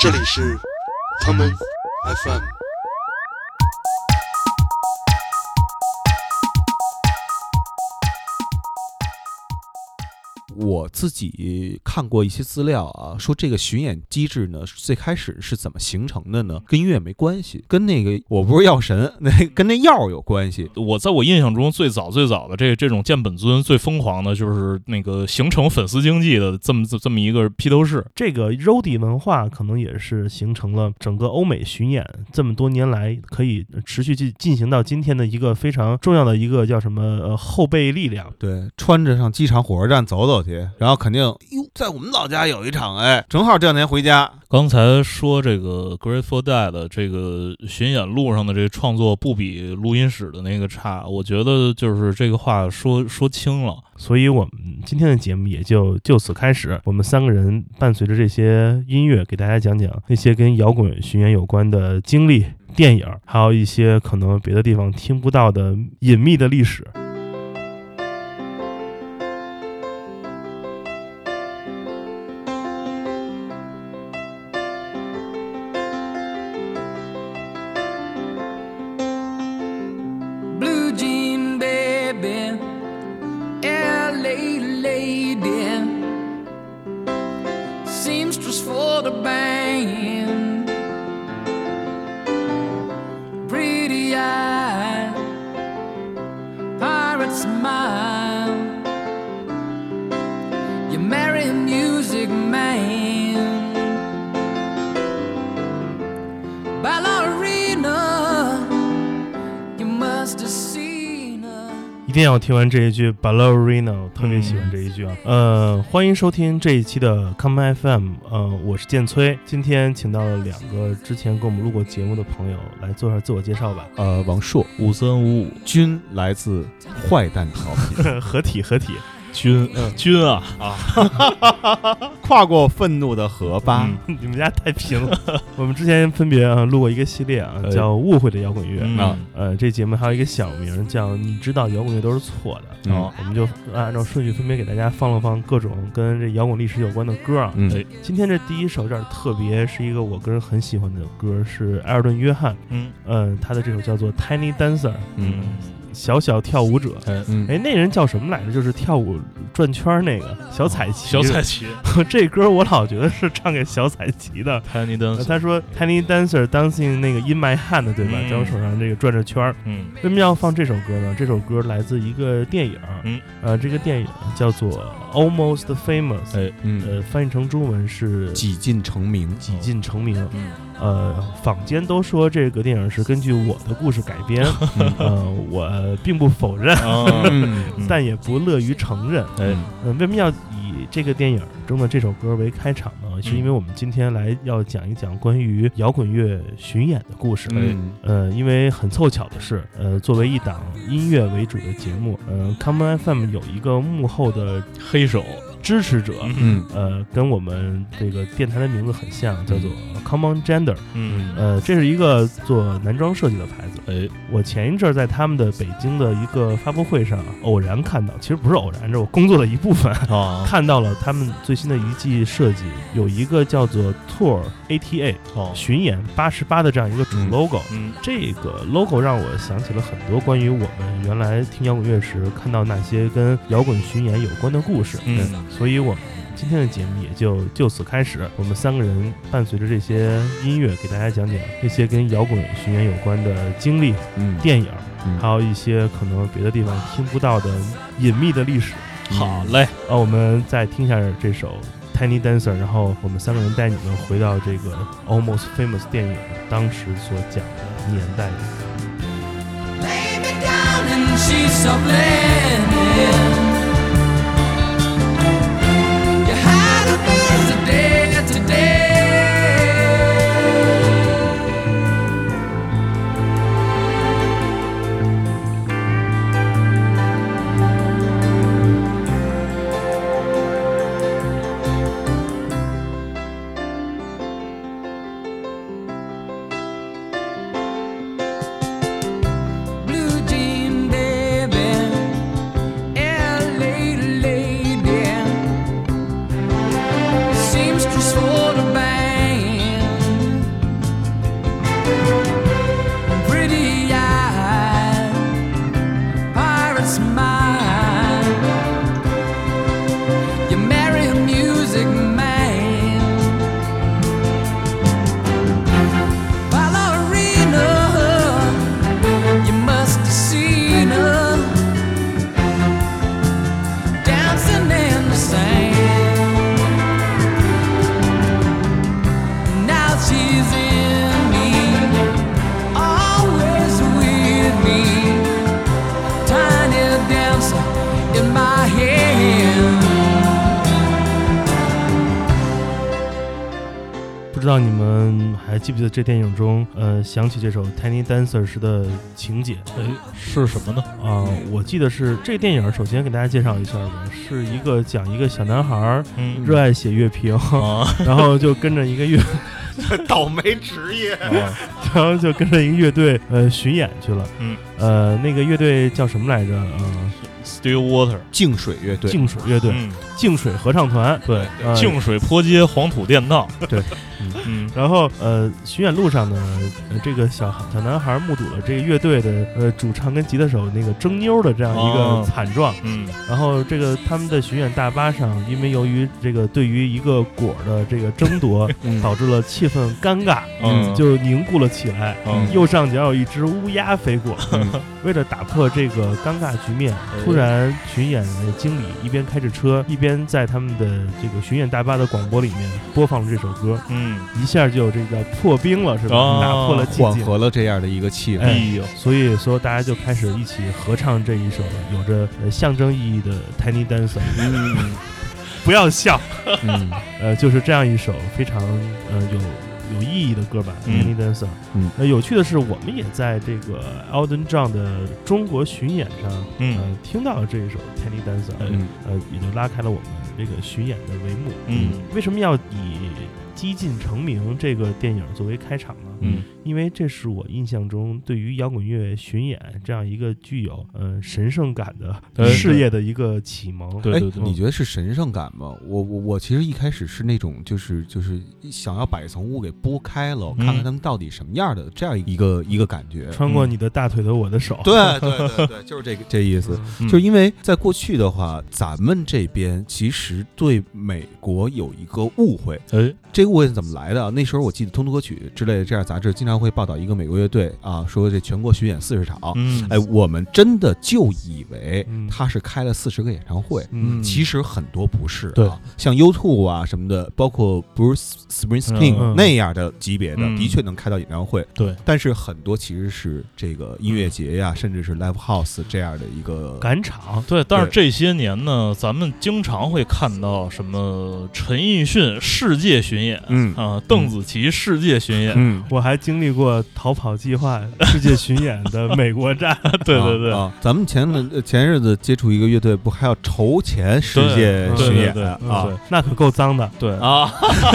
这里是 Common FM。 我自己看过一些资料啊，说这个巡演机制呢，最开始是怎么形成的呢？跟音乐没关系，跟那个我不是药神，跟那药有关系。 在我印象中，最早的这种见本尊最疯狂的就是那个形成粉丝经济的这么一个披头士。 这个 roadie 文化可能也是形成了整个欧美巡演这么多年来可以持续进行到今天的一个非常重要的一个叫什么后备力量。 对，穿着上机场火车站走走去，然后肯定在我们老家有一场，正好这两天回家。 刚才说这个 Grateful Dead 的这个巡演路上的这个创作不比录音室的那个差，我觉得就是这个话说轻了。 所以我们今天的节目也就此开始，我们三个人伴随着这些音乐给大家讲讲那些跟摇滚巡演有关的经历、电影，还有一些可能别的地方听不到的隐秘的历史。一定要听完这一句 Ballerina， 我特别喜欢这一句啊。欢迎收听这一期的 Common FM， 我是建崔，今天请到了两个之前跟我们录过节目的朋友来做一下自我介绍吧。 王硕 5355 均来自坏蛋调频合体均啊跨过愤怒的河吧。 你们家太贫了。我们之前分别录过一个系列啊，叫误会的摇滚乐这节目还有一个小名叫你知道摇滚乐都是错的我们就按照顺序分别给大家放各种跟这摇滚历史有关的歌啊。今天这第一首有点特别，是一个我个人很喜欢的歌，是埃尔顿约翰他的这首叫做 Tiny Dancer 小小跳舞者。那人叫什么来着？就是跳舞转圈那个小彩旗。这歌我老觉得是唱给小彩旗的。 Tiny Dancer， 他说 Tiny Dancer dancing 那个 in my hand， 对吧？在我手上这个转着圈。为什么要放这首歌呢？这首歌来自一个电影。这个电影叫做 Almost Famous。翻译成中文是几近成名。 坊间都说这个电影是根据我的故事改编，我并不否认，但也不乐于承认。为什么要以这个电影中的这首歌为开场呢？是因为我们今天来要讲一讲关于摇滚乐巡演的故事。因为很凑巧的是，作为一档音乐为主的节目，Common FM 有一个幕后的黑手支持者，跟我们这个电台的名字很像，叫做 Common Gender。这是一个做男装设计的牌子。我前一阵在他们的北京的一个发布会上偶然看到，其实不是偶然，这是我工作的一部分，看到了他们最新的一季设计，有一个叫做 Tour ATA 巡演88的这样一个主 logo。这个 logo 让我想起了很多关于我们原来听摇滚乐时看到那些跟摇滚巡演有关的故事。所以我们今天的节目也就此开始，我们三个人伴随着这些音乐给大家讲讲那些跟摇滚巡演有关的经历、电影，还有一些可能别的地方听不到的隐秘的历史。 好嘞， 我们再听一下这首 Tiny Dancer， 然后我们三个人带你们回到这个 Almost Famous 电影当时所讲的年代里。Lay me down and she's so blended. Blue jean baby, 知道你们还记不记得这电影中，响起这首 Tiny Dancer 时的情节？ 是什么呢？ 我记得是这电影，首先给大家介绍一下吧，是讲一个小男孩，热爱写乐评，然后就跟着一个倒霉职业， 然后就跟着一个乐队巡演去了。那个乐队叫什么来着 ？Stillwater 净水乐队， 净水合唱团，对， 净水坡街黄土垫道， 对，然后巡演路上呢，这个小男孩目睹了这个乐队的主唱跟吉他手那个争妞的这样一个惨状，然后这个他们的巡演大巴上，因为由于这个对于一个果的这个争夺，导致了气氛尴尬，就凝固了起来。右上角有一只乌鸦飞过，为了打破这个尴尬局面，突然巡演的经理一边开着车，一边在他们的这个巡演大巴的广播里面播放了这首歌，一下就这个破冰了，是吧？打破了寂静， 缓和了这样的一个气氛。 所以说大家就开始一起合唱这一首有着象征意义的 Tiny Dancer。不要笑，就是这样一首非常有意义的歌吧，Tiny Dancer。有趣的是，我们也在这个 Elton John 的中国巡演上，听到了这一首 Tiny Dancer，也就拉开了我们这个巡演的帷幕。为什么要以激进成名这个电影作为开场呢？因为这是我印象中对于摇滚乐巡演这样一个具有神圣感的事业的一个启蒙。 对， 你觉得是神圣感吗？我其实一开始是那种就是想要把一层雾给拨开了，看看他们到底什么样的这样一个感觉。 穿过你的大腿的我的手。 对，就是这意思。就是因为在过去的话，咱们这边其实对美国有一个误会。这个误会是怎么来的？那时候我记得《通俗歌曲》之类的这样杂志经常会报道一个美国乐队啊，说这全国巡演40场。我们真的就以为他是开了40个演唱会，其实很多不是啊。像 U2 啊什么的，包括 Bruce Springsteen 那样的级别的，的确能开到演唱会。 对， 但是很多其实是这个音乐节呀，甚至是 Live House 这样的一个赶场。 对，但是这些年呢，咱们经常会看到什么陈奕迅世界巡演，邓紫棋世界巡演， 我还经历过逃跑计划世界巡演的美国站。 对， 咱们前日子接触一个乐队，不还要筹钱世界巡演啊？ 那可够脏的。 对啊，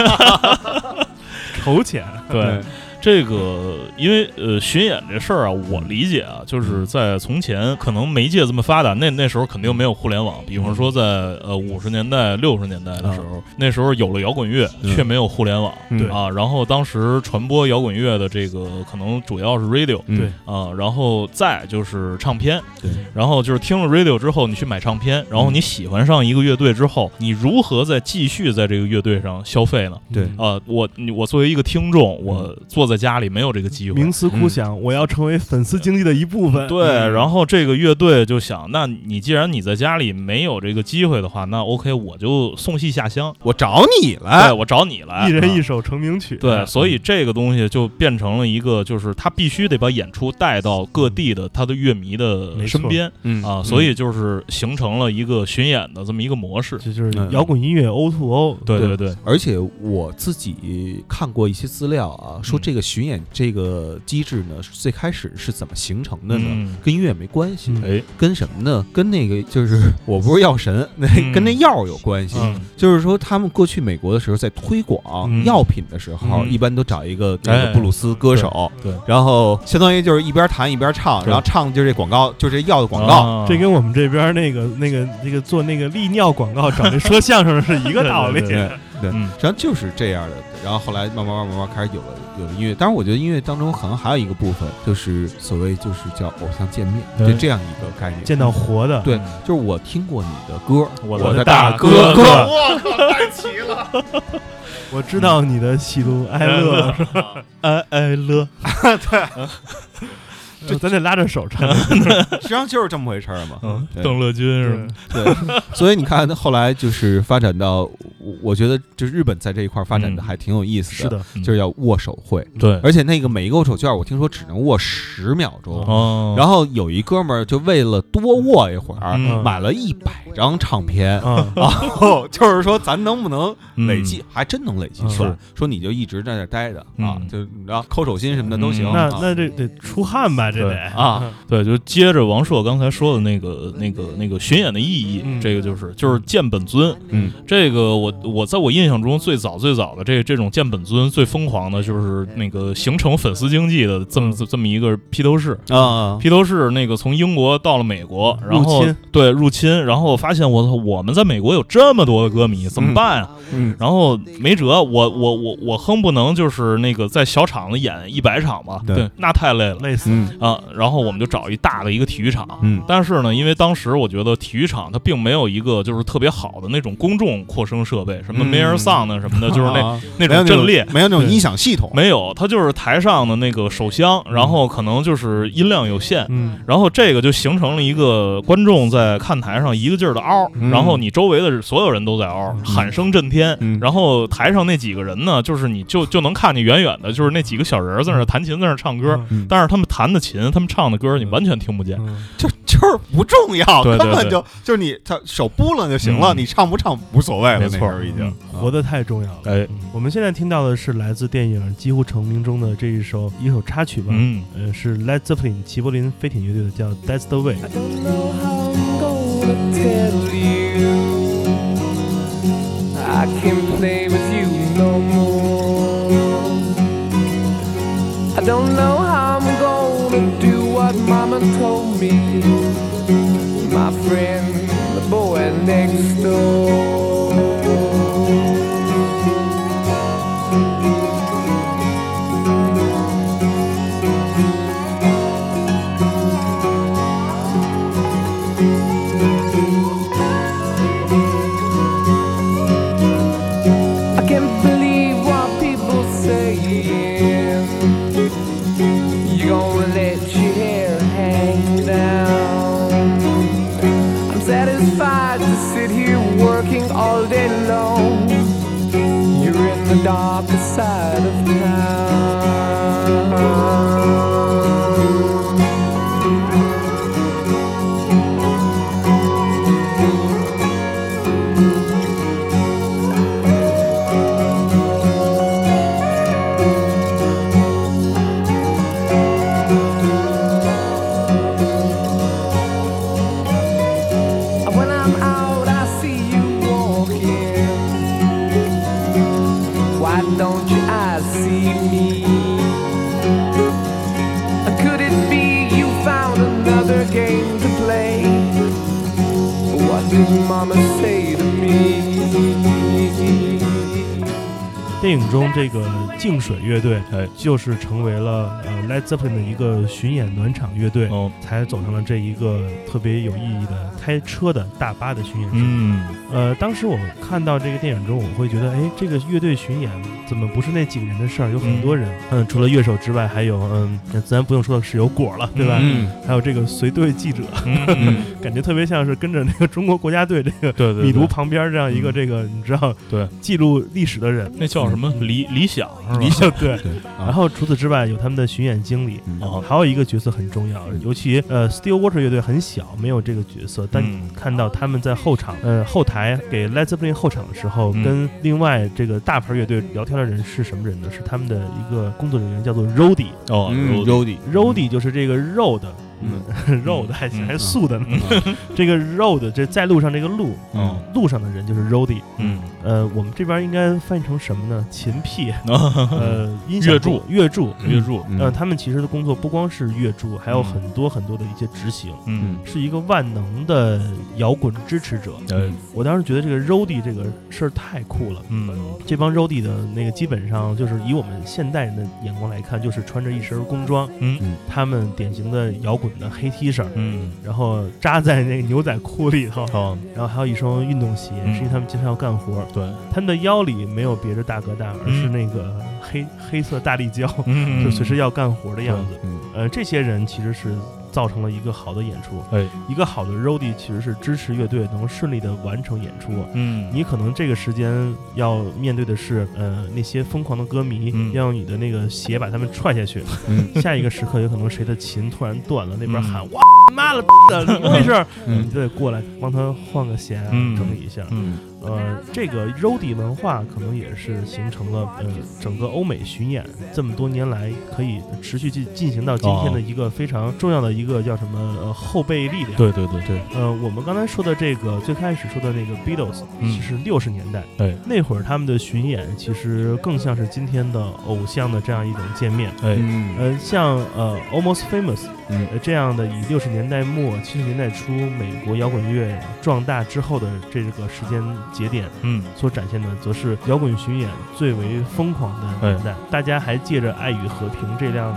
筹钱。 对。这个因为巡演这事儿啊，我理解啊，就是在从前可能媒介这么发达，那时候肯定没有互联网。比方说在50年代60年代的时候，那时候有了摇滚乐，却没有互联网。 对啊，然后当时传播摇滚乐的这个可能主要是 radio。 对啊，然后再就是唱片。 对， 然后就是听了 radio 之后，你去买唱片，然后你喜欢上一个乐队之后，你如何再继续在这个乐队上消费呢？ 对啊，我作为一个听众，我在家里没有这个机会， 冥思苦想，我要成为粉丝经济的一部分。 对，然后这个乐队就想，那你既然你在家里没有这个机会的话，那 OK， 我就送戏下乡， 我找你来， 对，我找你来， 一人一首成名曲。 对，所以这个东西就变成了一个，就是他必须得把演出带到各地的他的乐迷的身边，所以就是形成了一个巡演的这么一个模式， 这就是摇滚音乐 O2O。 对， 而且我自己看过一些资料啊，说这个巡演这个机制呢，最开始是怎么形成的呢？跟音乐没关系，跟什么呢？跟那个就是我不是药神，跟那药有关系。就是说他们过去美国的时候，在推广药品的时候，一般都找一个那个布鲁斯歌手， 对， 然后相当于就是一边弹一边唱，然后唱的就是这广告，就是这药的广告。 这跟我们这边那个做那个利尿广告找那说相声的是一个道理。 对，实际上就是这样的。然后后来慢慢开始有了音乐。当然，我觉得音乐当中可能还有一个部分，就是所谓就是叫偶像见面，就这样一个概念， 见到活的。 对，就是我听过你的歌， 我的大哥哥， 我靠，太齐了！ 我知道你的喜怒哀乐，哀乐。对。咱得拉着手唱， 实际上就是这么回事嘛。 邓乐军是吗？ 对，所以你看，后来就是发展到我觉得就日本在这一块发展的还挺有意思的， 是的， 就是要握手会， 对， 而且那个每一个握手券我听说只能握10秒钟，然后有一哥们儿就为了多握一会儿，买了100张唱片，然后就是说咱能不能累计，还真能累计出来，说你就一直在那待着啊，就然后抠手心什么的都行。 那这得出汗吧，这得啊，对，就接着王朔刚才说的那个巡演的意义，这个就是见本尊，这个我在我印象中最早的这种见本尊最疯狂的就是那个形成粉丝经济的这么一个披头士啊，披头士那个从英国到了美国，然后入侵，然后发现我们在美国有这么多的歌迷，怎么办啊？然后没辙，我哼不能就是那个在小场子演100场吧，对，那太累了， 累死啊！然后我们就找一大的一个体育场，但是呢，因为当时我觉得体育场它并没有一个就是特别好的那种公众扩声设备，什么 Mayor Sound 什么的，就是那种阵列， 没有那种音响系统， 没有，它就是台上的那个手箱，然后可能就是音量有限，然后这个就形成了一个观众在看台上一个劲儿的嗷，然后你周围的所有人都在嗷，喊声震天，然后台上那几个人呢，就是你就能看见远远的，就是那几个小人在那弹琴，在那唱歌，但是他们弹的琴，他们唱的歌，你完全听不见， 就是不重要， 根本就是你他手拨了就行了，你唱不唱无所谓了， 没错， 已经活得太重要了。 哎， 我们现在听到的是来自电影《几乎成名》中的这一首插曲吧，是 Led Zeppelin 齐柏林飞艇乐队的，叫 That's the Way。 I don't know how I'm gonna tell you I can't play with you no more. I don't know how I'm gonna do what Mama told me, my friend, the boy next door. All day long, you're in the darker side of town. When I'm out, I see you walking. Why don't your eyes see me? Could it be you found another game to play? What did Mama say to me? 电影中这个净水乐队，就是成为了Led Zeppelin 的一个巡演暖场乐队，才走上了这一个特别有意义的开车的大巴的巡演之路。当时我看到这个电影中，我会觉得，哎，这个乐队巡演怎么不是那几个人的事儿？有很多人，除了乐手之外，还有自然不用说的是有果了，对吧？还有这个随队记者，感觉特别像是跟着那个中国国家队这个米卢旁边这样一个这个你知道， 对， 记录历史的人， 那叫什么理想对。然后除此之外，有他们的巡演经理，还有一个角色很重要，尤其Stillwater 乐队很小，没有这个角色，但看到他们在后场后台给 Led Zeppelin 后场的时候，跟另外这个大牌乐队聊天的人是什么人呢？是他们的一个工作人员，叫做 Roadie。Roadie 就是这个肉的。肉的还素的呢。这个 road 这在路上这个路，路上的人就是 roadie。我们这边应该翻译成什么呢？琴屁，音响乐助。他们其实的工作不光是乐助，还有很多很多的一些执行。是一个万能的摇滚支持者。我当时觉得这个 roadie 这个事儿太酷了。这帮 roadie 的那个基本上就是以我们现代人的眼光来看，就是穿着一身工装。他们典型的摇滚的黑 T 恤，然后扎在那个牛仔裤里头，然后还有一双运动鞋，是因为他们经常要干活。对，他们的腰里没有别着大哥大，而是那个黑色大力胶，就随时要干活的样子。这些人其实是造成了一个好的演出。一个好的 roadie 其实是支持乐队能顺利的完成演出。你可能这个时间要面对的是那些疯狂的歌迷，要用你的那个鞋把他们踹下去。下一个时刻有可能谁的琴突然断了，那边喊哇妈了的，怎么回事？你就得过来帮他换个弦啊，整理一下。这个 roadie 文化可能也是形成了整个欧美巡演这么多年来可以持续进行到今天的一个非常重要的一个叫什么后备力量。 对。 我们刚才说的这个最开始说的那个 Beatles，其实60年代，那会儿他们的巡演其实更像是今天的偶像的这样一种见面。像Almost Famous，这样的以60年代末70年代初美国摇滚乐壮大之后的这个时间节点，所展现的则是摇滚巡演最为疯狂的年代。大家还借着爱与和平这辆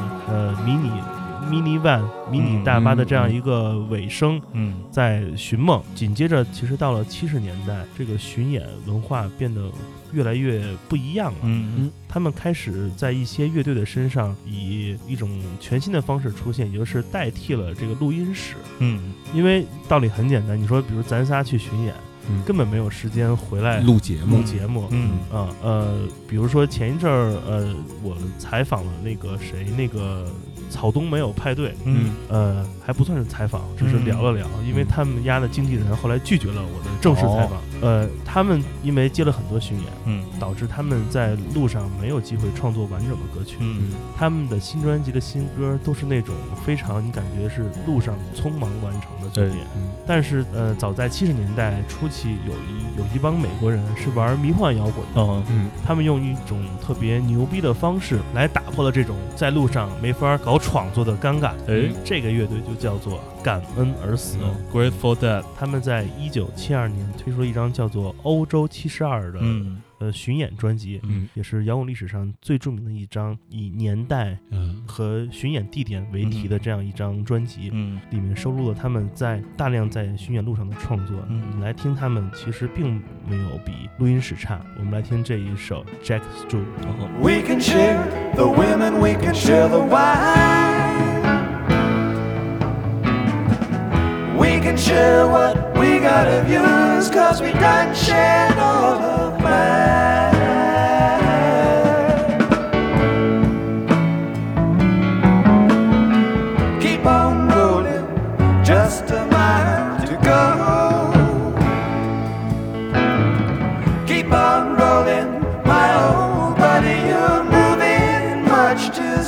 mini van 迷你大巴的这样一个尾声，在寻梦。紧接着其实到了70年代，这个巡演文化变得越来越不一样了。他们开始在一些乐队的身上以一种全新的方式出现，也就是代替了这个录音室。因为道理很简单，你说比如咱仨去巡演，根本没有时间回来录节目。 比如说前一阵儿，我采访了那个谁，那个草东没有派对，还不算是采访，只是聊了聊，因为他们家的经纪人后来拒绝了我的正式采访。他们因为接了很多巡演，导致他们在路上没有机会创作完整的歌曲。他们的新专辑的新歌都是那种非常你感觉是路上匆忙完成的作品。但是早在70年代初期，有一帮美国人是玩迷幻摇滚的，他们用一种特别牛逼的方式来打破了这种在路上没法搞创作的尴尬。这个乐队就叫做感恩而死。 Grateful Dead。 他们在1972年推出了一张叫做《欧洲72》的巡演专辑，也是摇滚历史上最著名的一张以年代和巡演地点为题的这样一张专辑。里面收录了他们大量在巡演路上的创作。你来听他们其实并没有比录音室差。我们来听这一首 Jack Stewart。We can share the women, we can share the wine.We can share what we got of yours, 'cause we done shared all of mine. Keep on rolling, just a mile to go. Keep on rolling, my old buddy, you're moving much too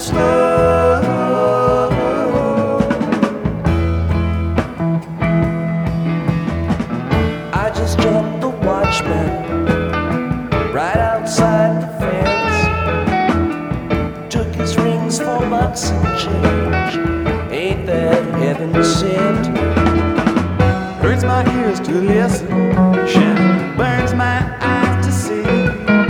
slow.Dropped the watchman right outside the fence. Took his rings for bucks and change. Ain't that heaven sent? Hurts my ears to listen, Shannon burns my eyes to see.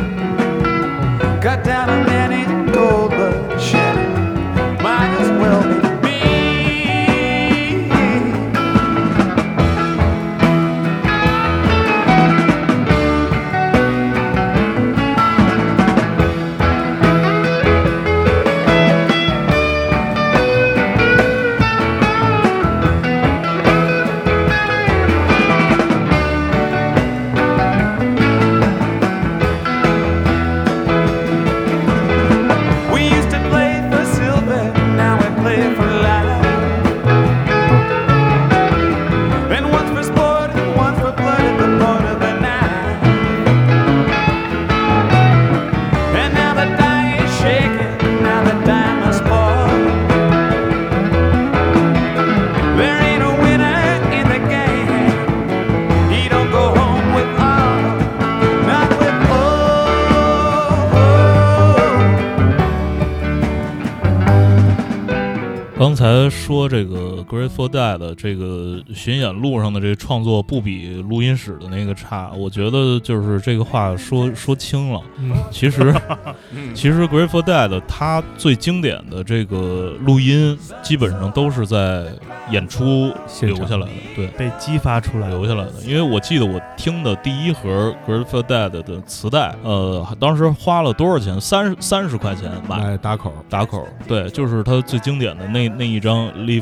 Cut down a man in gold, but Shannon might as well be. 刚才说这个 Grateful Dead 的这个巡演路上的这个创作不比录音室的那个差，我觉得就是这个话说轻了。其实 Grateful Dead 它最经典的这个录音基本上都是在演出留下来的，对， 被激发出来留下来的。因为我记得我听的第一盒 Grateful Dead 的磁带，当时花了多少钱？30块钱买打口， 对，就是它最经典的那一张 Live Dead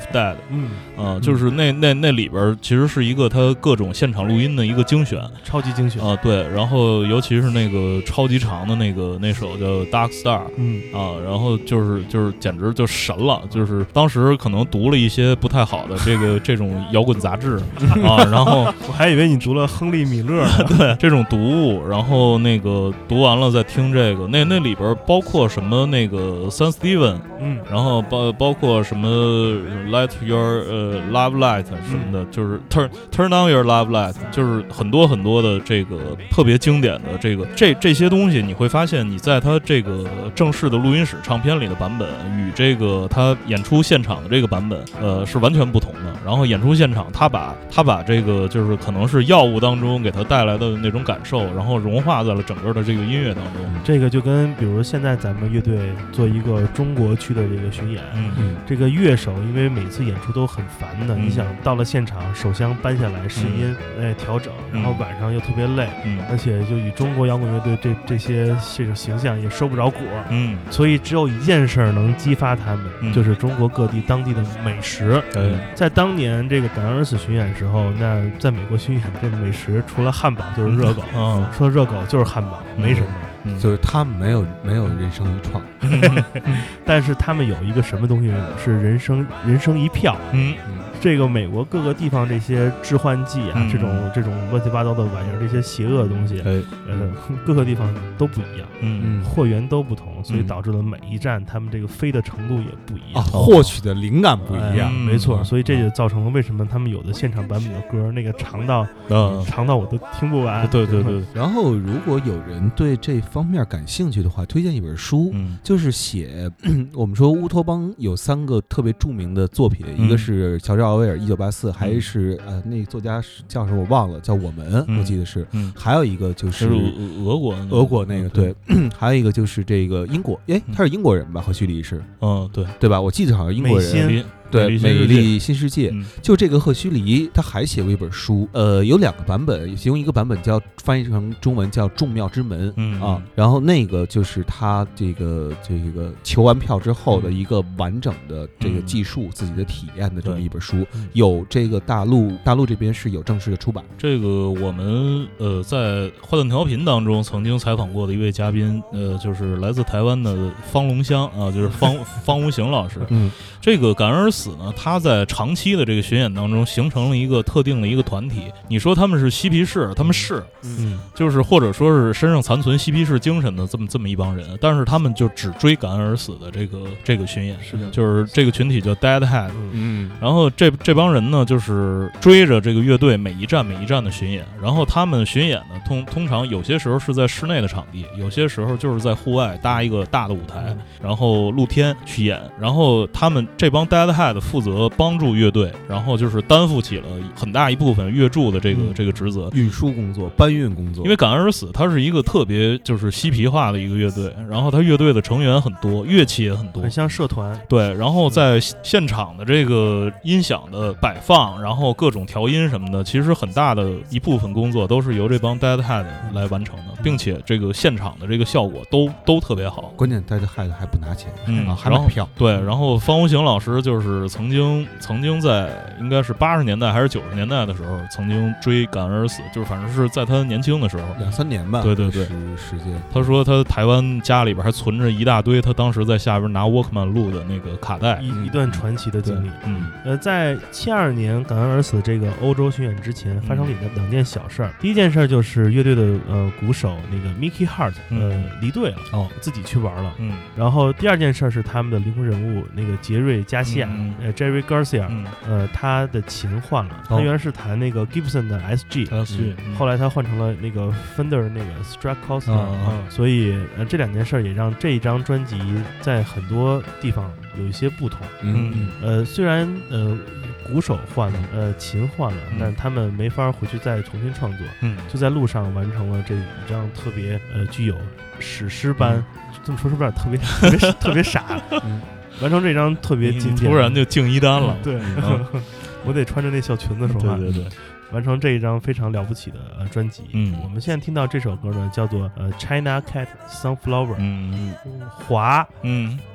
就是那里边其实是一个他各种现场录音的一个精选， 超级精选对，然后尤其是那个超级长的那首叫 Dark Star， 然后就是简直就神了，就是当时可能读了一些不太好的这种摇滚杂志然后我还以为你读了亨利米勒呢对，这种读物，然后那个读完了再听这个，那里边包括什么那个 Sun Steven， 然后包括什么 Light Your Love Light 什么的，就是 Turn on Your Love Light， 就是很多很多的这个特别经典的这些东西，你会发现你在他这个正式的录音室唱片里的版本与这个他演出现场的这个版本是完全不同的。然后演出现场他把这个就是可能是药物当中给他带来的那种感受，然后融化在了整个的这个音乐当中。 这个就跟比如现在咱们乐队做一个中国区的这个巡演，这个乐手因为每次演出都很烦的，你想到了现场手箱搬下来试音调整，然后晚上又特别累，而且就以中国摇滚乐队这种形象也收不着果，所以只有一件事儿能激发他们，就是中国各地当地的美食。在当年这个感恩而死巡演的时候，那在美国巡演这美食除了汉堡就是热狗，说热狗就是汉堡，没什么。 就是他们没有人生一创， 但是他们有一个什么东西是人生一票。这个美国各个地方这些致幻剂啊，这种乱七八糟的玩意儿，这些邪恶的东西，各个地方都不一样，货源都不同，所以导致了每一站他们这个飞的程度也不一样， 获取的灵感不一样， 没错，所以这就造成了为什么他们有的现场版本的歌那个长到我都听不完。 对。 然后如果有人对这方面感兴趣的话，推荐一本书，就是写我们说乌托邦有3个特别著名的作品，一个是乔治奥威尔1984，还是那个作家叫什么我忘了，叫我们，我记得是，还有一个就是俄国那个，对，还有一个就是这个英国，他是英国人吧？何胥黎是，对吧？我记得好像英国人。对，美丽新世界，就这个赫胥黎他还写过一本书，有2个版本，其中一个版本翻译成中文叫《众妙之门》然后那个就是他这个求完票之后的一个完整的这个记述自己的体验的这么一本书，有这个大陆这边是有正式的出版。 这个我们在坏蛋调频当中曾经采访过的一位嘉宾，就是来自台湾的方龙香就是方无形老师。这个感恩而死呢，他在长期的这个巡演当中形成了一个特定的一个团体。你说他们是嬉皮士，他们是，就是或者说是身上残存嬉皮士精神的这么一帮人，但是他们就只追感恩而死的这个巡演， 是的， 就是这个群体叫 Deadhead，然后这帮人呢，就是追着这个乐队每一站的巡演，然后他们巡演呢，通常有些时候是在室内的场地，有些时候就是在户外搭一个大的舞台，然后露天去演，然后他们这帮 Deadhead 负责帮助乐队，然后就是担负起了很大一部分乐助的这个职责， 运输工作、搬运工作。 因为感恩而死，它是一个特别就是嬉皮化的一个乐队，然后它乐队的成员很多，乐器也很多， 很像社团。 对，然后在现场的这个音响的摆放，然后各种调音什么的，其实很大的一部分工作都是由这帮 Deadhead 来完成的，并且这个现场的这个效果都特别好。 关键 Deadhead 还不拿钱，还买票。 对，然后方无形老师就是曾经在应该是80年代还是90年代的时候，曾经追感恩而死，就是反正是在他年轻的时候 2-3年吧。 对， 时间。 他说他台湾家里边还存着一大堆他当时在下边拿 Walkman 录的那个卡带， 一段传奇的经历。在72年感恩而死这个欧洲巡演之前，发生了2件小事儿。第一件事就是乐队的鼓手那个 Mickey Hart 离队了，自己去玩了。然后第二件事是他们的灵魂人物那个杰瑞加西亚Jerry Garcia，他的琴换了，他原来是弹那个 Gibson 的 SG，后来他换成了那个 Fender 那个 Stratocaster，所以这2件事也让这一张专辑在很多地方有一些不同。虽然鼓手换了，琴换了，但他们没法回去再重新创作，就在路上完成了这一张特别具有史诗般，这么说是不是特别傻？完成这张特别经典， 突然就敬一单了。 对，我得穿着那小裙子说话。 对， 完成这一张非常了不起的专辑。我们现在听到这首歌呢，叫做China Cat Sunflower，华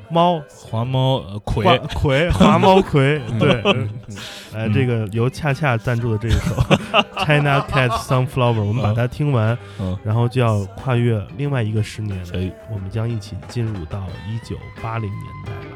猫花猫葵花猫葵，对，这个由恰恰赞助的这一首China Cat Sunflower， 我们把它听完，然后就要跨越另外一个10年，我们将一起进入到1980年代了。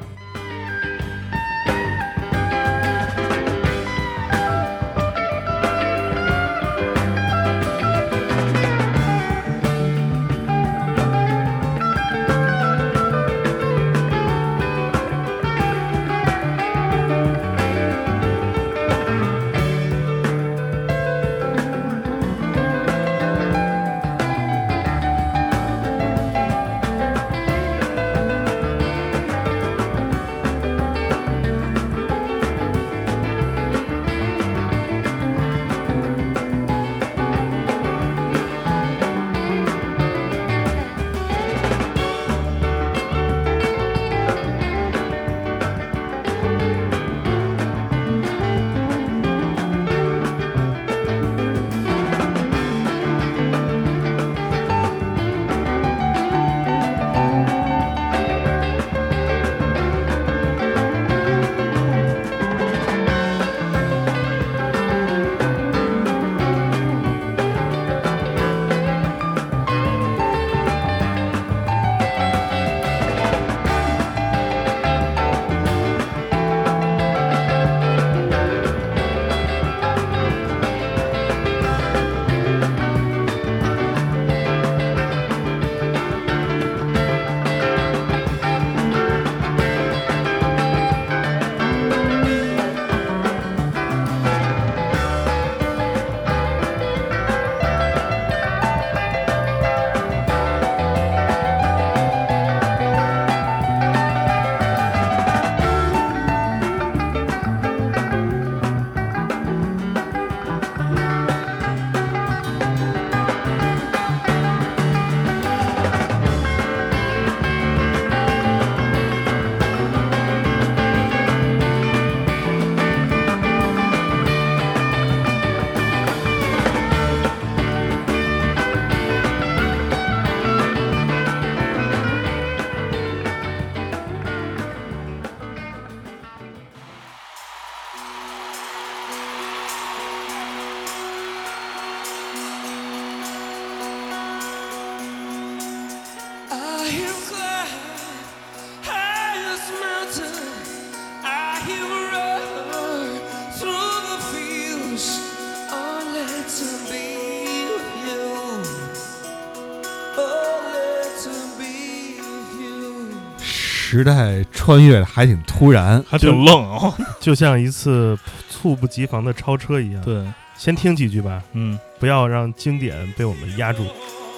时代穿越还挺突然， 还挺愣哦， 就像一次猝不及防的超车一样。 对， 先听几句吧，不要让经典被我们压住。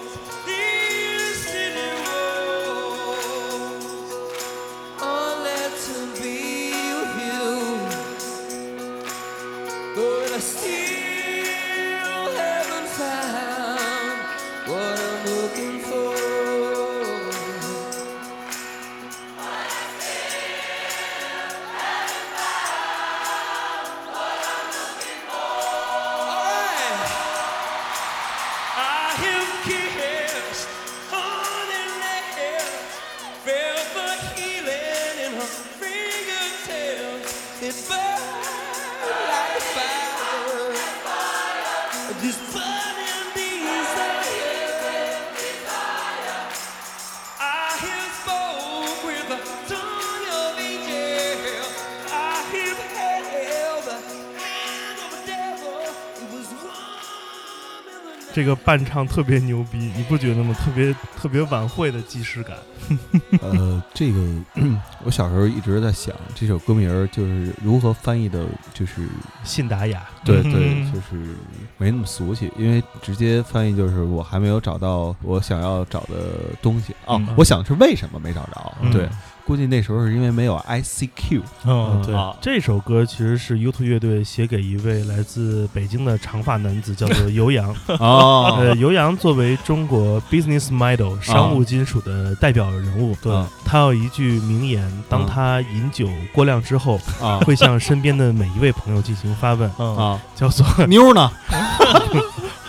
这个伴唱特别牛逼，你不觉得吗？特别晚会的既视感。 这个我小时候一直在想，这首歌名就是如何翻译的，就是信达雅。 对对，就是没那么俗气，因为直接翻译就是我还没有找到我想要找的东西啊。我想是为什么没找着？对。估计那时候是因为没有 ICQ。 对，这首歌其实是 U2 乐队写给一位来自北京的长发男子，叫做尤洋。尤洋作为中国 business model 商务金属的代表人物，对，他有一句名言：当他饮酒过量之后，会向身边的每一位朋友进行发问，叫做妞呢？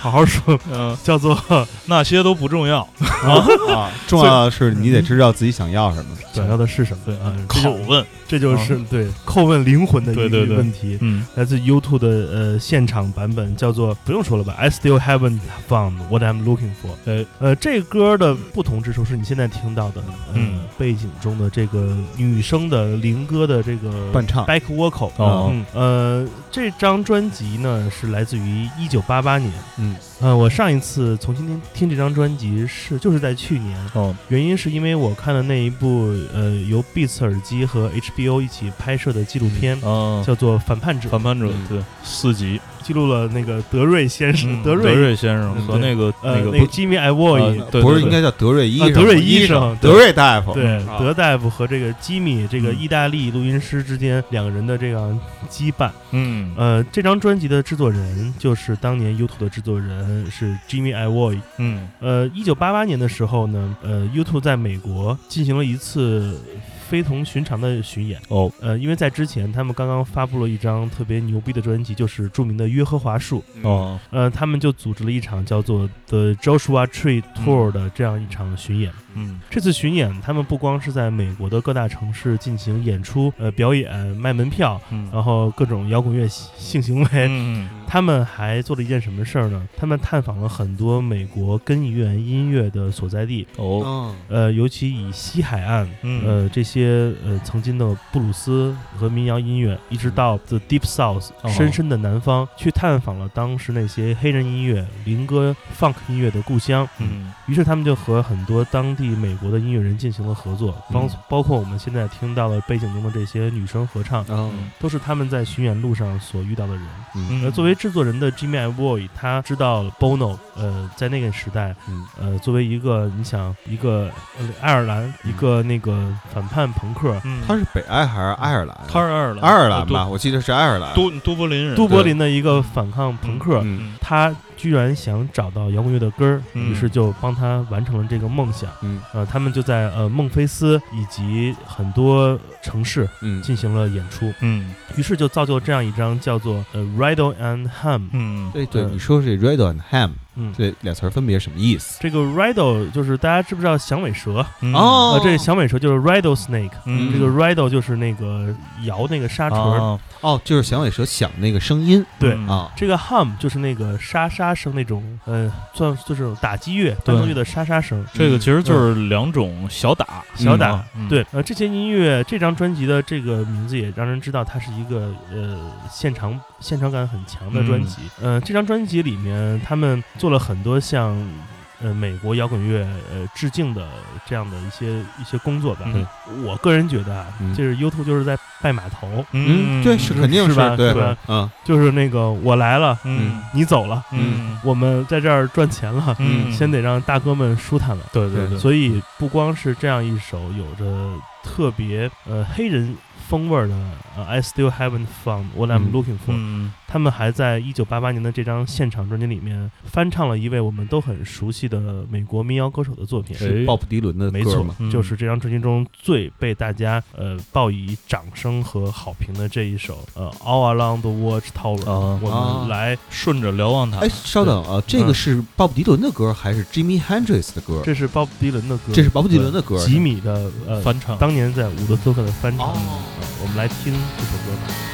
好好说，叫做那些都不重要重要的是你得知道自己想要什么， 想要的是什么。对啊， 拷问， 这就是对叩问灵魂的一个问题。来自 U2 的现场版本，叫做不用说了吧 ，I still haven't found what I'm looking for。这歌的不同之处是你现在听到的，背景中的这个女生的灵歌的这个伴唱 back vocal。这张专辑呢是来自于1988年。我上一次重新听这张专辑就是在去年。原因是因为我看了那一部由 Beats 耳机和 HBO 一起拍摄的纪录片，叫做《反叛者》。 对，4集。 记录了那个德瑞先生，德瑞先生和那个吉米·艾沃伊， 不是应该叫德瑞医生？ 德瑞医生， 德瑞大夫， 对，德大夫和这个吉米这个意大利录音师之间两个人的这样羁绊。这张专辑的制作人就是当年 U2 的制作人是吉米·艾沃伊。1988年的时候呢，U2 在美国进行了一次非同寻常的巡演。因为在之前他们刚刚发布了一张特别牛逼的专辑，就是著名的约翰华树。他们就组织了一场叫做 The Joshua Tree Tour 的这样一场巡演。这次巡演他们不光是在美国的各大城市进行演出、表演、卖门票，然后各种摇滚乐性行为，他们还做了一件什么事儿呢？他们探访了很多美国根源音乐的所在地。尤其以西海岸，这些曾经的布鲁斯和民谣音乐，一直到 The Deep South，深深的南方，去探访了当时那些黑人音乐、灵歌、funk 音乐的故乡。于是他们就和很多当地美国的音乐人进行了合作，包括我们现在听到的背景中的这些女生合唱，都是他们在巡演路上所遇到的人。作为制作人的 Jimmy Iovine， 他知道 Bono， 在那个时代，作为一个你想一个爱尔兰一个那个反叛朋克， 他是北爱还是爱尔兰？ 他是爱尔兰吧，我记得是爱尔兰， 都柏林人， 都柏林的一个反抗朋克，他居然想找到摇滚乐的根儿，于是就帮他完成了这个梦想。他们就在孟菲斯以及很多城市进行了演出。于是就造就这样一张叫做Riddle and Ham。 对，你说这 Riddle and Ham，这俩词分别什么意思？ 这个 Riddle 就是大家知不知道响尾蛇？这响尾蛇就是 Rattlesnake。这个 Riddle 就是那个摇那个沙锤。 就是响尾蛇响那个声音。 对这个 Hum 就是那个沙沙声那种算就是打击乐、伴奏乐的沙沙声。 这个其实就是两种小打。 对，这些音乐，这张专辑的这个名字也让人知道它是一个现场感很强的专辑。这张专辑里面他们做了很多像美国摇滚乐致敬的这样的一些工作吧。我个人觉得这是 U2 就是在拜码头。 对，是肯定是吧？ 对吧？就是那个我来了，你走了，我们在这儿赚钱了，先得让大哥们舒坦了。 对。 所以不光是这样一首有着特别黑人风味的I still haven't found what I'm looking for。他们还在1988年的这张现场专辑里面翻唱了一位我们都很熟悉的美国民谣歌手的作品， 是鲍勃迪伦的歌吗？ 没错，就是这张专辑中最被大家报以掌声和好评的这一首All Along the Watchtower。我们来顺着瞭望塔。 稍等这个是鲍勃迪伦的歌还是 Jimi Hendrix 的歌？ 这是鲍勃迪伦的歌， 这是鲍勃迪伦的歌， 吉米的翻唱， 当年在伍德斯克的翻唱。我们来听这首歌吧。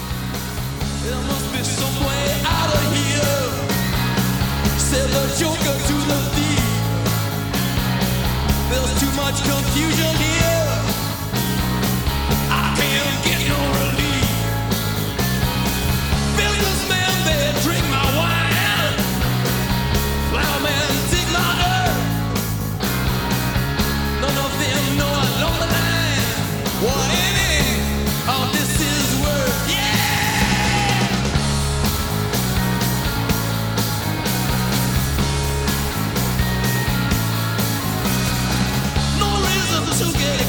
There must be some way out of here, said the joker to the thief. There's too much confusion here, I can't get no relief. Businessmen, they drink my wine, plowmen dig my earth. None of them know along the line what any of this is worth. Yeah. To get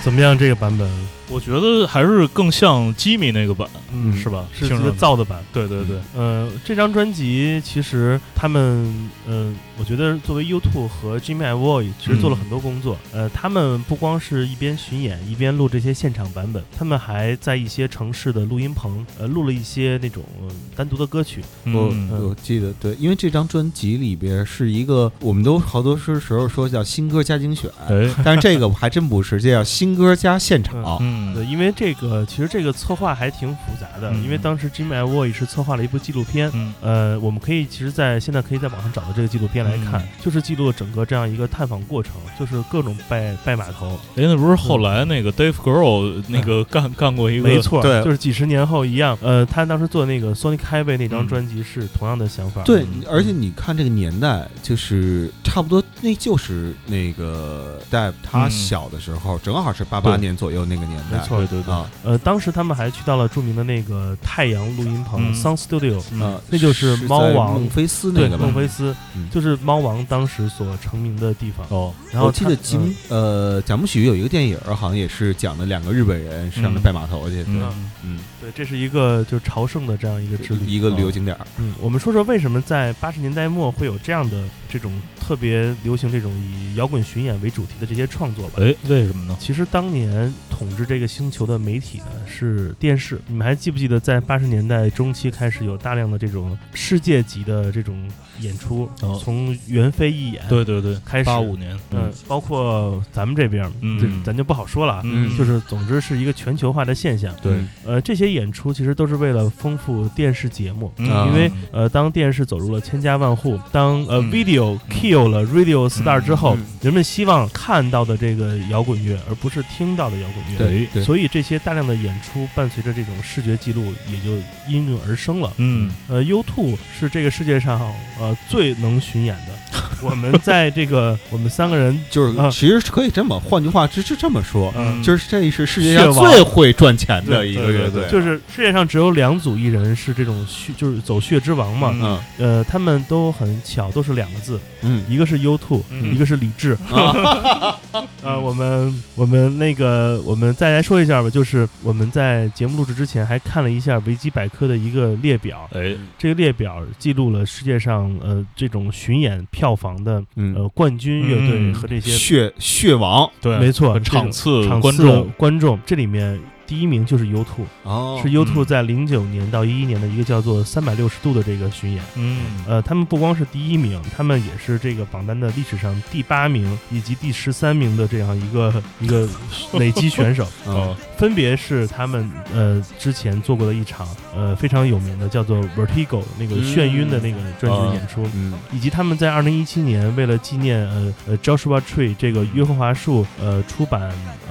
怎么样？这个版本？ 我觉得还是更像吉米那个版，是吧？ 是一个造的版。 对对对。 这张专辑其实他们，我觉得作为 U2 和 Jimmy Iovine 其实做了很多工作。他们不光是一边巡演一边录这些现场版本，他们还在一些城市的录音棚，录了一些那种单独的歌曲。 我记得，对，因为这张专辑里边是一个，我们都好多时候说叫新歌加精选，但是这个还真不是，这叫新歌加现场。 对，因为其实这个策划还挺复杂的，因为当时 Jimmy Iovine 是策划了一部纪录片，我们可以其实现在可以在网上找到这个纪录片来看，就是记录了整个这样一个探访过程，就是各种拜码头。 那不是后来那个 Dave Grohl 那个干过一个， 没错， 对， 就是几十年后一样。他当时做那个 Sonic Highway 那张专辑是同样的想法。 对，而且你看这个年代，就是差不多，那就是那个 Dave 他小的时候，正好是88年左右那个年代。 没错，对。当时他们还去到了著名的那个太阳录音棚 Sun Studio，那就是猫王孟菲斯那个。 孟菲斯就是猫王当时所成名的地方。然后我记得贾木许有一个电影，好像也是讲的2个日本人上的拜码头去。 对，这是一个就是朝圣的这样一个之旅， 一个旅游景点。 我们说说为什么在80年代末会有这样的这种特别流行这种以摇滚巡演为主题的这些创作吧？ 为什么呢？ 其实当年统治这个星球的媒体呢是电视。你们还记不记得在80年代中期开始有大量的这种世界级的这种演出，从袁飞义演对开始 ，85年， 包括咱们这边，咱就不好说了，就是总之是一个全球化的现象。 对， 这些演出其实都是为了丰富电视节目，因为当电视走入了千家万户，当video kill 了 radio star 之后，人们希望看到的这个摇滚乐，而不是听到的摇滚乐。 对， 所以这些大量的演出伴随着这种视觉记录，也就应运而生了。U2 是这个世界上最能巡演的。我们在这个我们3个人就是其实可以这么，换句话是这么说，就是这是世界上最会赚钱的一个乐队， 就是世界上只有2组艺人是这种就是走血之王嘛。他们都很巧，都是2个字，一个是 U2，一个是李志。我们再来说一下吧，就是我们在节目录制之前还看了一下维基百科的一个列表，这个列表记录了世界上这种巡演票房的冠军乐队和这些血王， 对， 没错， 场次观众这里面。第一名就是 U2，是 U2 在09年到11年的一个叫做360度的这个巡演。他们不光是第一名，他们也是这个榜单的历史上第8名以及第13名的这样一个累积选手。分别是他们之前做过的一场非常有名的叫做 Vertigo 那个眩晕的那个专辑的演出，以及他们在2017年为了纪念Joshua Tree 这个约翰华树出版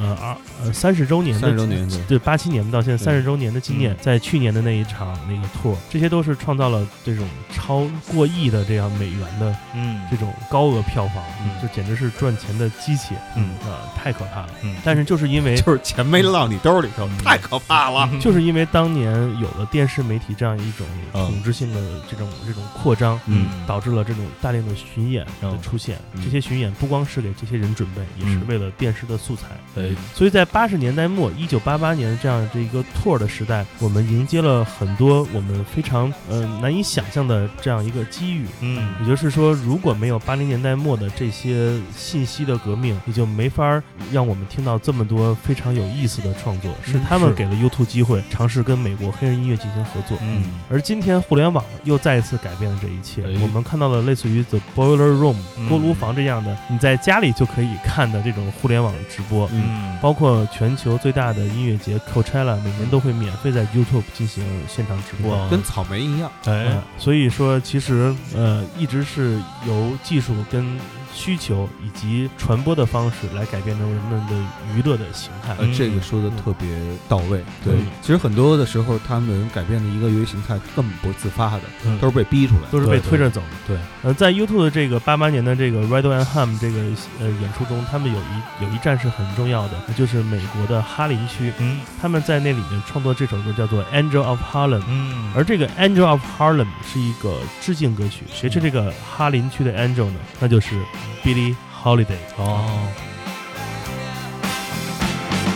30周年对87年到现在30周年的纪念，在去年的那一场那个 tour， 这些都是创造了这种超过亿的这样美元的这种高额票房，就简直是赚钱的机器，太可怕了。但是就是因为就是钱没落你兜里头，太可怕了。 就是因为当年有了电视媒体这样一种统治性的这种扩张，导致了这种大量的巡演的出现。这些巡演不光是给这些人准备，也是为了电视的素材。所以在80年代末1988年这样一个 tour 的时代，我们迎接了很多我们非常难以想象的这样一个机遇。也就是说，如果没有80年代末的这些信息的革命，也就没法让我们听到这么多非常有意思的创作。是他们给了 U2 机会，尝试跟美国黑人音乐进行合作。而今天互联网又再一次改变了这一切。我们看到了类似于 The Boiler Room 锅炉房这样的你在家里就可以看的这种互联网直播，包括全球最大的音乐节 Coachella 每年都会免费在 YouTube 进行现场直播， 跟草莓一样。 所以说其实一直是由技术跟需求以及传播的方式来改变着人们的娱乐的形态。 这个说的特别到位。对，其实很多的时候他们改变的一个娱乐形态根本不是自发的，都是被逼出来的， 都是被推着走的。对，在 U2 的这个88年的这个 Ride on Ham 这个演出中，他们有一站是很重要的，就是美国的哈林区。他们在那里面创作这首歌叫做 Angel of Harlem。而这个 Angel of Harlem 是一个致敬歌曲。谁是这个哈林区的 Angel 呢？那就是Billie Holiday。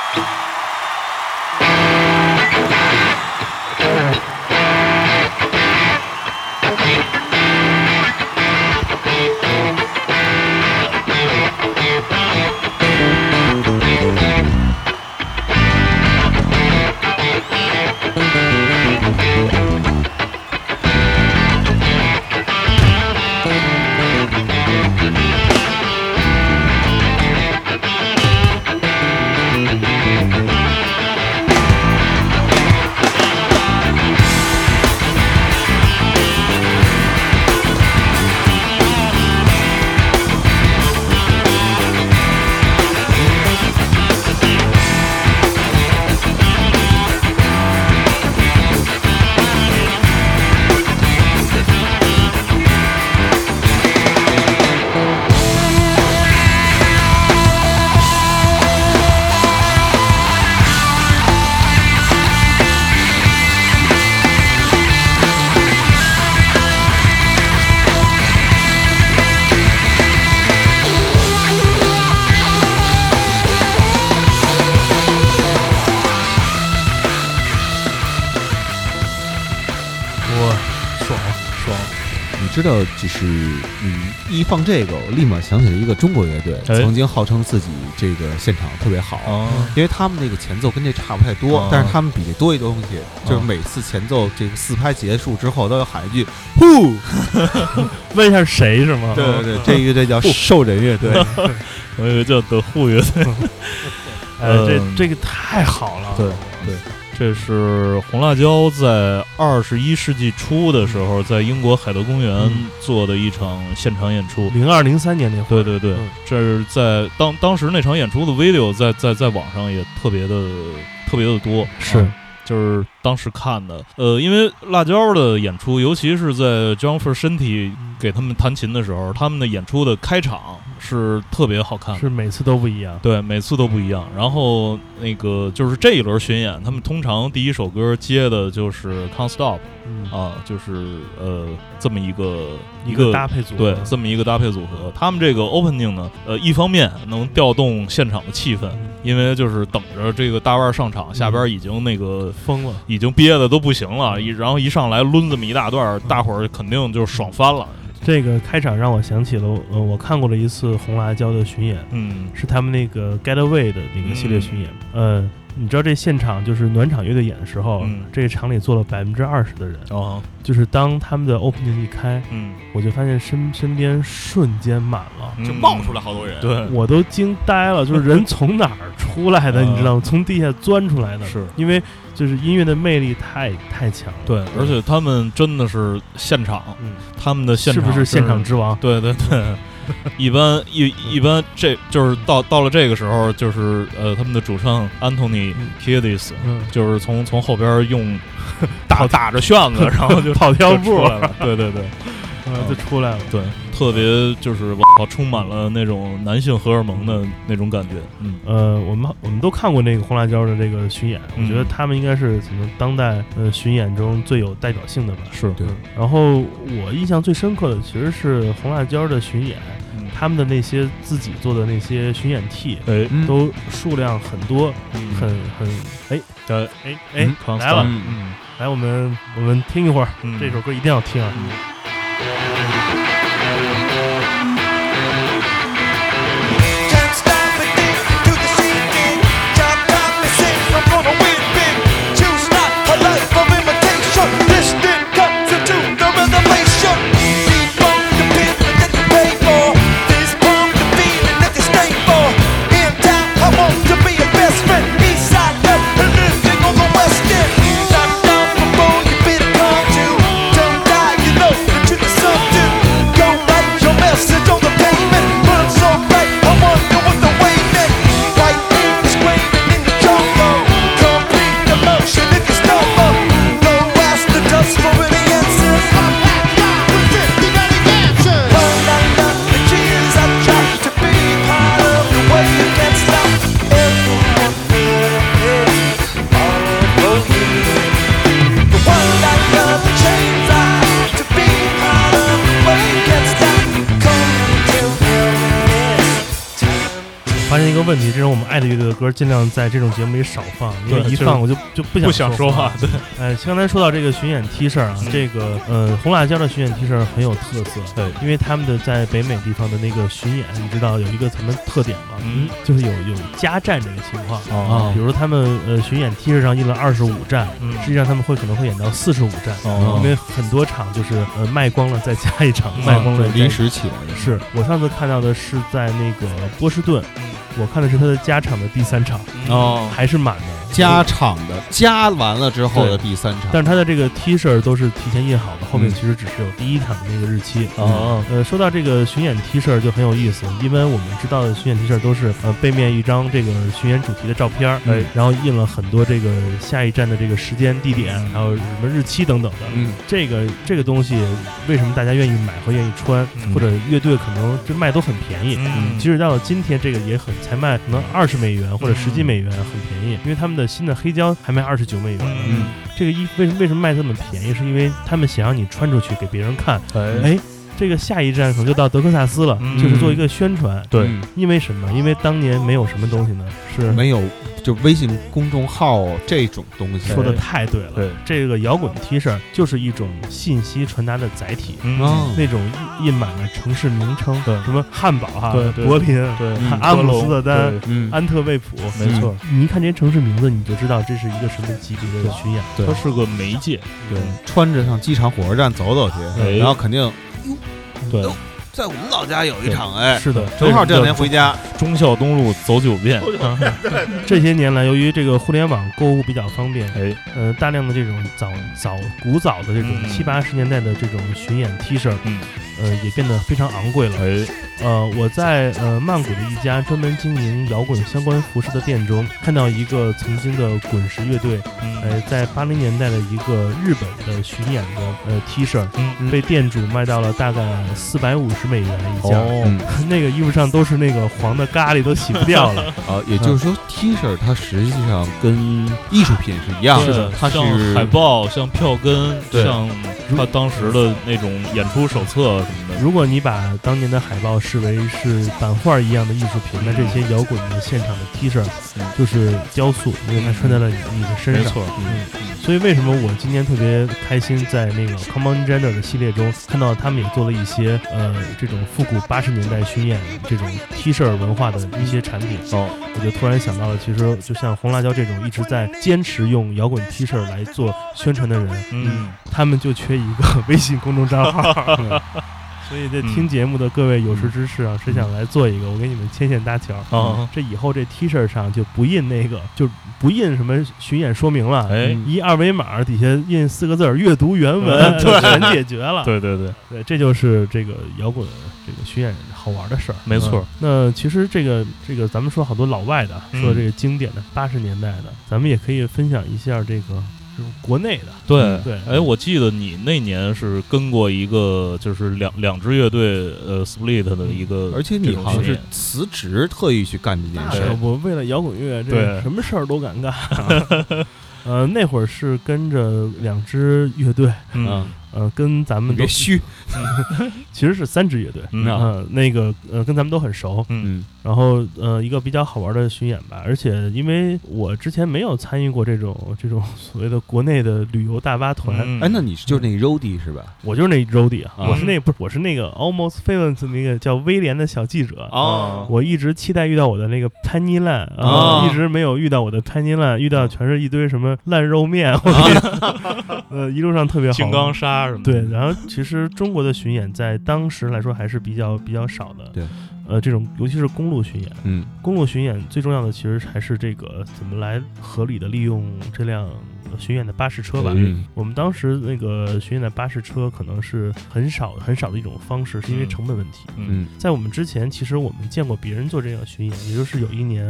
知道，就是一放这个，我立马想起了一个中国乐队，曾经号称自己这个现场特别好，因为他们那个前奏跟这差不太多，但是他们比这多一东西，就是每次前奏这个4拍结束之后都要喊一句“呼”， 问一下谁是吗？ 对对对，这乐队叫兽人乐队， 我以为叫The Who乐队。 这个太好了， 对对。这是红辣椒在21世纪初的时候，在英国海德公园做的一场现场演出。 02、03年那会儿，对对对，这是在当时那场演出的 video 在网上也特别的多， 是。 就是当时看的，因为辣椒的演出，尤其是在 John Frusciante 给他们弹琴的时候，他们的演出的开场是特别好看， 是每次都不一样， 对，每次都不一样。然后那个就是这一轮巡演，他们通常第一首歌接的就是 Can't Stop，就是这么一个搭配组合， 对，这么一个搭配组合。他们这个 opening 呢，一方面能调动现场的气氛，因为就是等着这个大腕上场，下边已经那个疯了， 已经憋的都不行了，然后一上来抡这么一大段，大伙儿肯定就是爽翻了。 这个开场让我想起了我看过了一次红辣椒的巡演，是他们那个 Getaway 的那个系列巡演，你知道这现场就是暖场乐队演的时候，这个场里坐了20%的人，就是当他们的 opening 一开，我就发现身边瞬间满了， 就冒出来好多人， 对， 我都惊呆了，就是人从哪儿出来的，你知道吗？从地下钻出来的， 是因为就是音乐的魅力太强了， 对，而且他们真的是现场，他们的现场是不是现场之王？ 对对对。一般，这就是到了这个时候，就是他们的主唱 Anthony Kiedis，就是从后边用打着旋子，然后就跑跳步来了，对对对， 就出来了， 对，特别就是充满了那种男性荷尔蒙的那种感觉。 我们都看过那个红辣椒的这个巡演，我觉得他们应该是可能当代巡演中最有代表性的吧。 是对。 然后我印象最深刻的其实是红辣椒的巡演。他们的那些自己做的那些巡演 T， 都数量很多，来了，来我们听一会儿，这首歌一定要听啊。 Don't die, you know. 问题，这种我们爱的乐队的歌，尽量在这种节目里少放，因为一放我就不想说话。对， 刚才说到这个巡演 T 恤啊，这个红辣椒的巡演 T 恤很有特色， 对， 因为他们的在北美地方的那个巡演，你知道有一个什么特点吗？就是有加站这个情况啊，比如说他们巡演 T 恤上印了25站，实际上他们可能会演到45站，因为很多场就是卖光了再加一场，卖光了临时起来的。 是我上次看到的是在那个波士顿，我看的是他的加场的第3场还是满的。 加场的加完了之后的第3场， 但是他的这个 T 恤都是提前印好的，后面其实只是有第1场的那个日期。说到这个巡演 T 恤就很有意思，因为我们知道的巡演 T 恤都是背面一张这个巡演主题的照片，然后印了很多这个下一站的这个时间、地点，还有什么日期等等的。这个东西为什么大家愿意买和愿意穿，或者乐队可能这卖都很便宜。即使到了今天，这个也才卖可能20美元或者10几美元，很便宜，因为他们的新的黑胶还卖29美元呢。这个为什么卖这么便宜？是因为他们想让你穿出去给别人看。这个下一站可能就到德克萨斯了，就是做一个宣传。 对， 因为什么？因为当年没有什么东西呢，是没有就微信公众号这种东西。 说的太对了。 对， 这个摇滚 T 恤就是一种信息传达的载体。那种印满了城市名称，什么汉堡柏林，阿姆斯特丹，安特卫普， 没错。 你一看这些城市名字，你就知道这是一个什么级别的巡演。 它是个媒介。 对，穿着上机场火车站走走去，然后肯定。 对， 在我们老家有一场， 是的， 正好这两天回家。 忠孝东路走9遍。 这些年来，由于这个互联网购物比较方便，大量的这种古早的这种70、80年代的这种巡演 T 恤，也变得非常昂贵了。我在曼谷的一家专门经营摇滚相关服饰的店中，看到一个曾经的滚石乐队，在80年代的一个日本的巡演的T 恤，被店主卖到了大概450美元一件。那个衣服上都是那个黄的咖喱，都洗不掉了。 也就是说 T 恤它实际上跟艺术品是一样的，它像海报、像票根、像他当时的那种演出手册什么的。 如果你把当年的海报视为是版画一样的艺术品，那这些摇滚的现场的 T 恤就是雕塑，因为它穿在了你的身上。 没错。 所以为什么我今年特别开心，在那个 Come On Gender 的系列中看到他们也做了一些这种复古80年代巡演这种 T 恤文化的一些产品。我就突然想到了，其实就像红辣椒这种一直在坚持用摇滚 T 恤来做宣传的人，他们就缺一个微信公众账号。所以这听节目的各位有识之士啊，谁想来做一个，我给你们牵线搭桥。这以后这 T 恤上就不印那个，就不印什么巡演说明了，一二维码底下印4个字阅读原文，全解决了。 对， 这就是这个摇滚这个巡演好玩的事儿。 没错。 那其实这个咱们说好多老外的，说这个经典的80年代的，咱们也可以分享一下这个国内的。 对。我记得你那年是跟过一个就是两支乐队split 的一个， 而且你好像是辞职特意去干这件事。 我为了摇滚乐，这什么事儿都敢干。那会儿是跟着2支乐队，跟咱们别虚， 其实是3支乐队，那个跟咱们都很熟，然后一个比较好玩的巡演吧，而且因为我之前没有参与过这种所谓的国内的旅游大巴团， 那你就是那个 roadie 是吧？ 我就是那 roadie 啊，我是那个 Almost Famous 那个叫威廉的小记者我一直期待遇到我的那个 Penny Lane 一直没有遇到我的 Penny Lane，遇到全是一堆什么烂肉面，一路上特别好， 金刚砂什么的。 对，然后其实中国的巡演在当时来说还是比较少的。 对。 这种尤其是公路巡演，公路巡演最重要的其实还是这个怎么来合理的利用这辆巡演的巴士车吧。我们当时那个巡演的巴士车可能是很少的一种方式，是因为成本问题。在我们之前，其实我们见过别人做这样巡演，也就是有一年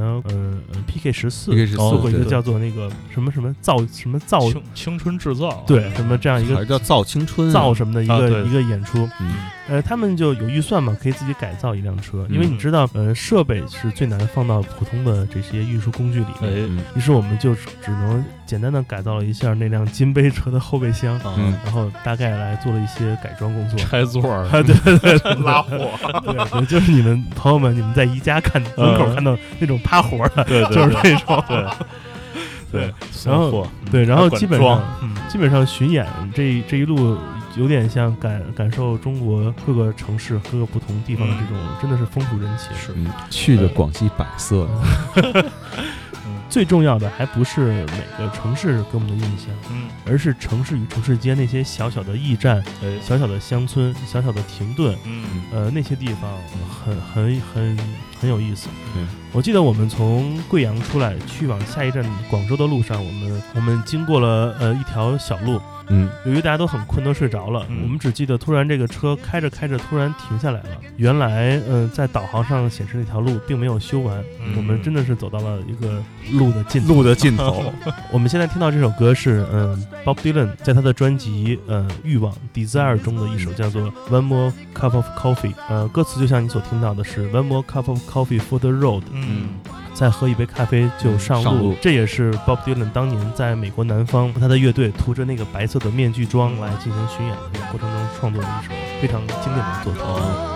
PK14做过一个叫做那个什么造青春制造， 对，什么这样一个叫造青春造什么的一个演出。 他们就有预算嘛，可以自己改造一辆车，因为你知道，设备是最难放到普通的这些运输工具里面，于是我们就只能简单的改造了一下那辆金杯车的后备箱，然后大概来做了一些改装工作， 拆座儿， 对， 拉货， 对，就是你们朋友们，你们在宜家门口看到那种趴活的， 对， 就是那种， 对， 然后基本上巡演这一路有点像感受中国各个城市各个不同地方的这种，真的是风土人情。 是， 去的广西百色。 最重要的还不是每个城市给我们的印象，而是城市与城市间那些小小的驿站、小小的乡村、小小的停顿，那些地方很有意思。我记得我们从贵阳出来去往下一站广州的路上，我们经过了一条小路。由于大家都很困，都睡着了，我们只记得突然这个车开着开着突然停下来了。原来在导航上显示那条路并没有修完，我们真的是走到了一个路的尽头。我们现在听到这首歌是Bob Dylan 在他的专辑欲望 Desire 中的一首叫做 One More Cup of Coffee， 歌词就像你所听到的是 One More Cup of Coffee for the road，再喝一杯咖啡就上路。这也是 Bob Dylan 当年在美国南方他的乐队涂着那个白色的面具装来进行巡演的这个过程中创作的一首非常经典的作品。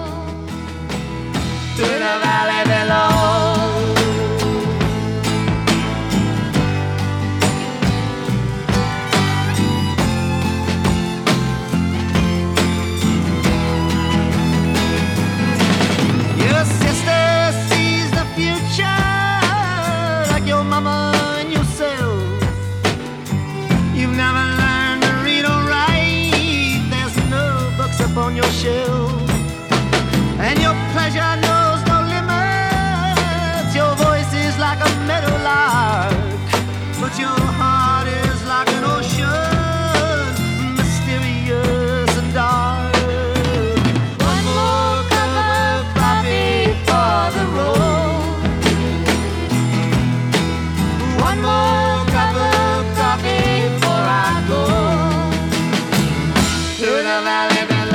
On your shelf, and your pleasure knows no limits. Your voice is like a meadowlark, but your heart is like an ocean, mysterious and dark. One more cup of coffee for the road. One more cup of coffee before I go to the valley.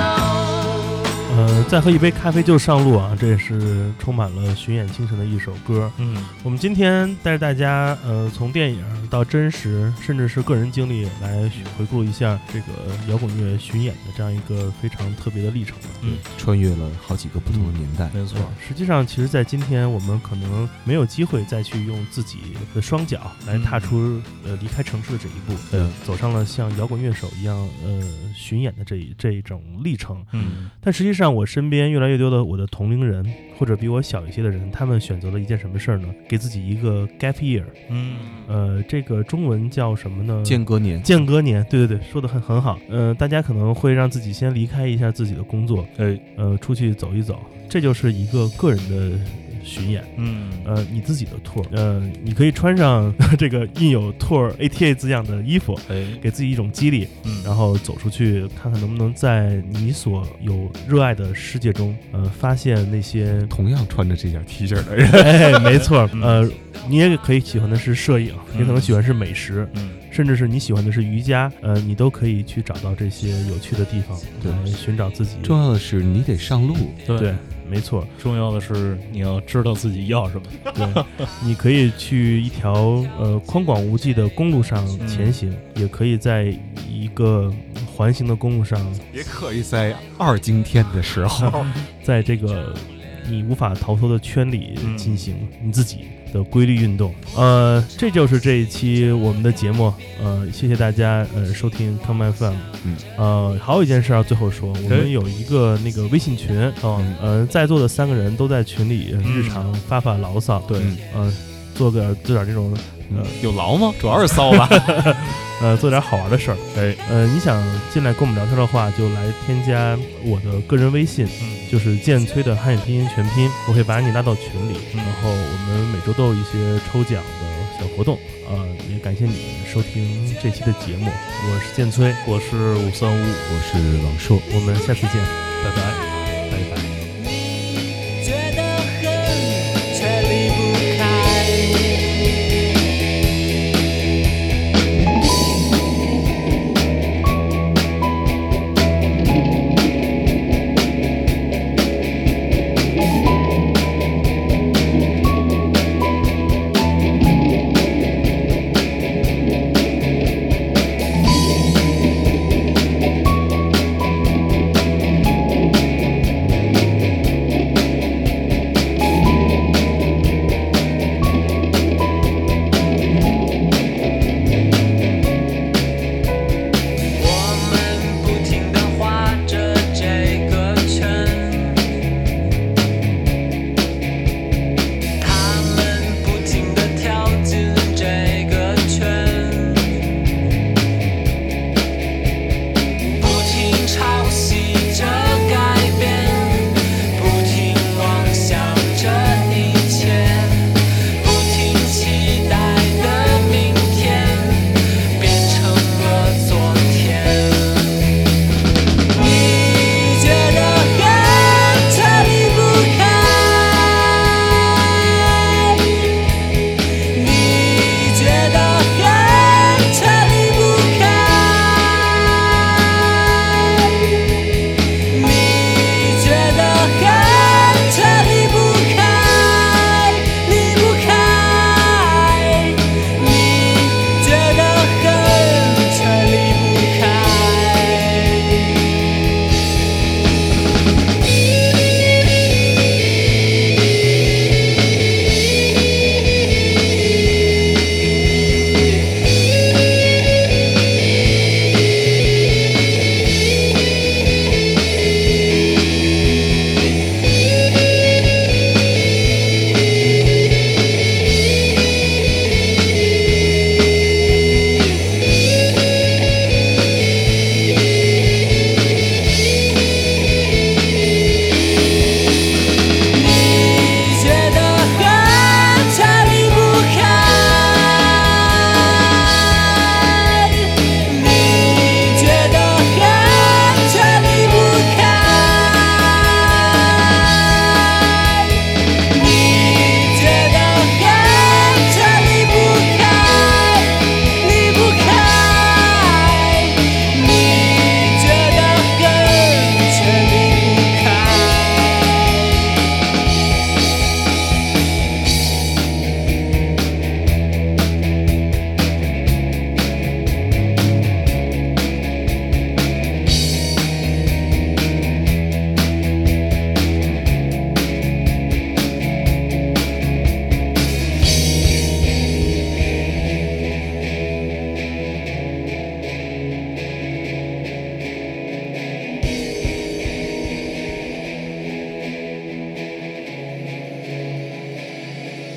再喝一杯咖啡就上路啊！这也是充满了巡演精神的一首歌。我们今天带着大家从电影到真实，甚至是个人经历来回顾一下这个摇滚乐巡演的这样一个非常特别的历程。 穿越了好几个不同的年代。 没错，实际上其实在今天我们可能没有机会再去用自己的双脚来踏出离开城市的这一步，走上了像摇滚乐手一样巡演的这一种历程。但实际上我身边越来越多的我的同龄人或者比我小一些的人，他们选择了一件什么事儿呢？给自己一个 gap year。这个中文叫什么呢？ 间隔年。对，说得很好。大家可能会让自己先离开一下自己的工作，出去走一走，这就是一个个人的巡演。你自己的 tour， 你可以穿上这个印有 tour ATA 字样的衣服，给自己一种激励，然后走出去看看能不能在你所有热爱的世界中，发现那些同样穿着这件 T 恤的人。 没错。你也可以喜欢的是摄影，也可能喜欢是美食，甚至是你喜欢的是瑜伽，你都可以去找到这些有趣的地方，来寻找自己。 重要的是你得上路。 对，没错。 重要的是你要知道自己要什么。 对，你可以去一条宽广无际的公路上前行，也可以在一个环形的公路上， 也可以在二更天的时候， 在这个你无法逃脱的圈里进行你自己的规律运动。这就是这一期我们的节目。谢谢大家收听 Come FM。还有一件事要最后说，我们有一个那个微信群，在座的3个人都在群里日常发牢骚。对，做点这种有牢吗？主要是骚吧。 做点好玩的事儿。你想进来跟我们聊天的话，就来添加我的个人微信，就是建崔的汉语拼音全拼，我会把你拉到群里。然后我们每周都有一些抽奖的小活动。也感谢你收听这期的节目。我是建崔， 我是535， 我是王硕， 我们下次见， 拜拜。 觉得恨却离不开。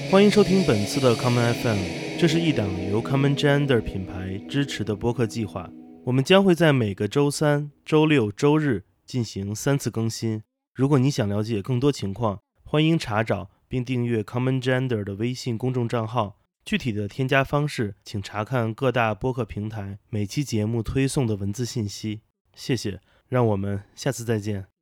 欢迎收听本次的 Common FM， 这是一档由 Common Gender 品牌支持的播客计划。我们将会在每个周三、周六、周日进行3次更新。如果你想了解更多情况，欢迎查找并订阅 Common Gender 的微信公众账号。具体的添加方式，请查看各大播客平台每期节目推送的文字信息。谢谢，让我们下次再见。